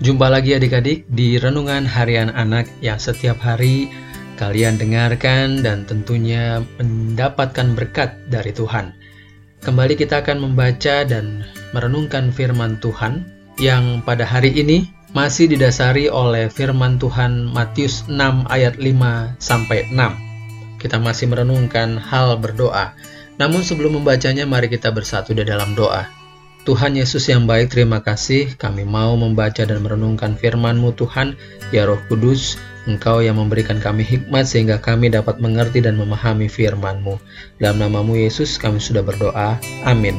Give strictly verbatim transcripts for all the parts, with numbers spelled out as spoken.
Jumpa lagi adik-adik di Renungan Harian Anak yang setiap hari kalian dengarkan dan tentunya mendapatkan berkat dari Tuhan. Kembali kita akan membaca dan merenungkan firman Tuhan yang pada hari ini masih didasari oleh firman Tuhan Matius enam ayat lima sampai enam. Kita masih merenungkan hal berdoa. Namun sebelum membacanya, mari kita bersatu di dalam doa. Tuhan Yesus yang baik, terima kasih kami mau membaca dan merenungkan firman-Mu Tuhan. Ya Roh Kudus, Engkau yang memberikan kami hikmat sehingga kami dapat mengerti dan memahami firman-Mu. Dalam nama-Mu Yesus kami sudah berdoa. Amin.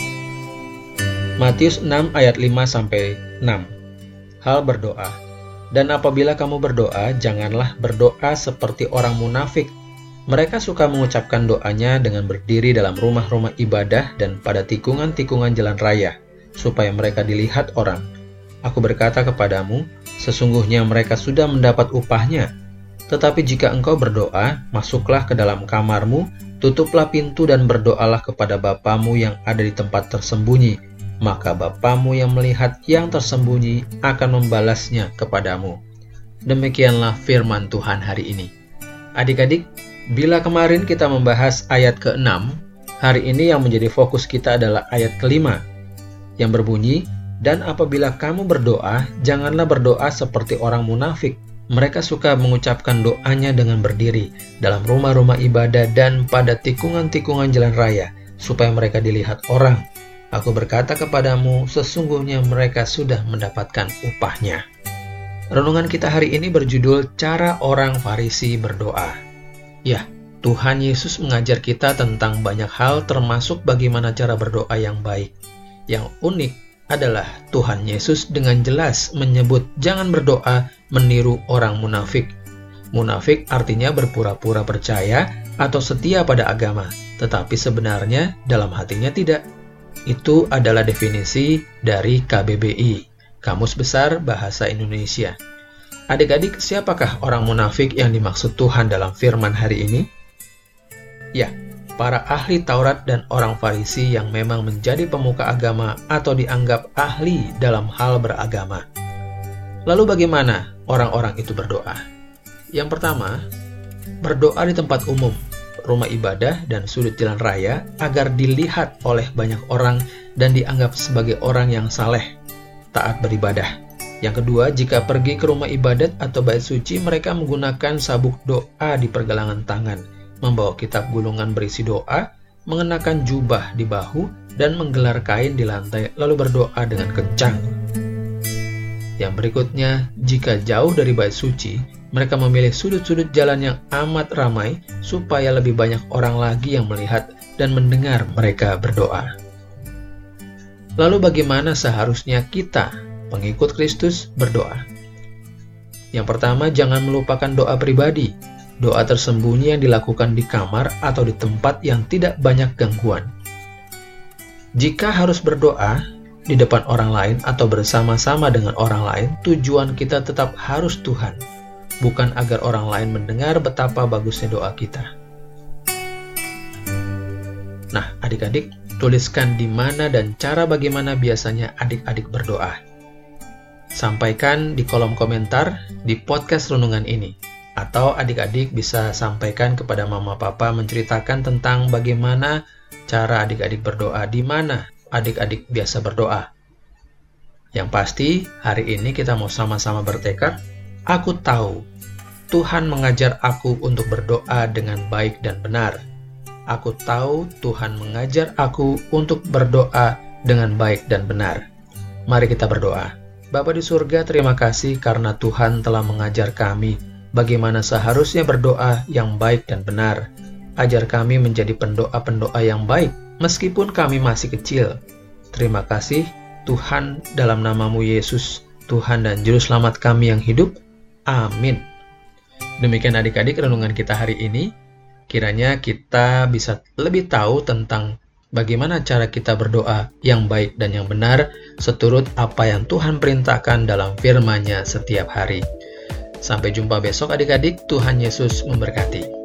Matius enam ayat lima sampai enam. Hal berdoa. Dan apabila kamu berdoa, janganlah berdoa seperti orang munafik. Mereka suka mengucapkan doanya dengan berdiri dalam rumah-rumah ibadah dan pada tikungan-tikungan jalan raya, supaya mereka dilihat orang. Aku berkata kepadamu, sesungguhnya mereka sudah mendapat upahnya. Tetapi jika engkau berdoa, masuklah ke dalam kamarmu, tutuplah pintu dan berdoalah kepada Bapamu yang ada di tempat tersembunyi. Maka Bapamu yang melihat yang tersembunyi akan membalasnya kepadamu. Demikianlah firman Tuhan hari ini. Adik-adik, bila kemarin kita membahas ayat keenam, hari ini yang menjadi fokus kita adalah ayat kelima, yang berbunyi, dan apabila kamu berdoa, janganlah berdoa seperti orang munafik. Mereka suka mengucapkan doanya dengan berdiri dalam rumah-rumah ibadah dan pada tikungan-tikungan jalan raya, supaya mereka dilihat orang. Aku berkata kepadamu, sesungguhnya mereka sudah mendapatkan upahnya. Renungan kita hari ini berjudul Cara Orang Farisi Berdoa. Ya, Tuhan Yesus mengajar kita tentang banyak hal termasuk bagaimana cara berdoa yang baik. Yang unik adalah Tuhan Yesus dengan jelas menyebut jangan berdoa meniru orang munafik. Munafik artinya berpura-pura percaya atau setia pada agama, tetapi sebenarnya dalam hatinya tidak. Itu adalah definisi dari K B B I, Kamus Besar Bahasa Indonesia. Adik-adik, siapakah orang munafik yang dimaksud Tuhan dalam firman hari ini? Ya, para ahli Taurat dan orang Farisi yang memang menjadi pemuka agama atau dianggap ahli dalam hal beragama. Lalu bagaimana orang-orang itu berdoa? Yang pertama, berdoa di tempat umum, rumah ibadah dan sudut jalan raya agar dilihat oleh banyak orang dan dianggap sebagai orang yang saleh, taat beribadah. Yang kedua, jika pergi ke rumah ibadat atau bait suci, mereka menggunakan sabuk doa di pergelangan tangan, membawa kitab gulungan berisi doa, mengenakan jubah di bahu, dan menggelar kain di lantai, lalu berdoa dengan kencang. Yang berikutnya, jika jauh dari bait suci, mereka memilih sudut-sudut jalan yang amat ramai, supaya lebih banyak orang lagi yang melihat dan mendengar mereka berdoa. Lalu bagaimana seharusnya kita, pengikut Kristus, berdoa? Yang pertama, jangan melupakan doa pribadi, doa tersembunyi yang dilakukan di kamar atau di tempat yang tidak banyak gangguan. Jika harus berdoa di depan orang lain atau bersama-sama dengan orang lain, tujuan kita tetap harus Tuhan, bukan agar orang lain mendengar betapa bagusnya doa kita. Nah, adik-adik, tuliskan di mana dan cara bagaimana biasanya adik-adik berdoa. Sampaikan di kolom komentar di podcast renungan ini. Atau adik-adik bisa sampaikan kepada mama papa menceritakan tentang bagaimana cara adik-adik berdoa, di mana adik-adik biasa berdoa. Yang pasti, hari ini kita mau sama-sama bertekad, aku tahu Tuhan mengajar aku untuk berdoa dengan baik dan benar. Aku tahu Tuhan mengajar aku untuk berdoa dengan baik dan benar. Mari kita berdoa. Bapa di surga, terima kasih karena Tuhan telah mengajar kami bagaimana seharusnya berdoa yang baik dan benar. Ajar kami menjadi pendoa-pendoa yang baik, meskipun kami masih kecil. Terima kasih Tuhan, dalam nama-Mu Yesus, Tuhan dan Juru Selamat kami yang hidup. Amin. Demikian adik-adik renungan kita hari ini. Kiranya kita bisa lebih tahu tentang bagaimana cara kita berdoa yang baik dan yang benar seturut apa yang Tuhan perintahkan dalam firman-Nya setiap hari. Sampai jumpa besok adik-adik, Tuhan Yesus memberkati.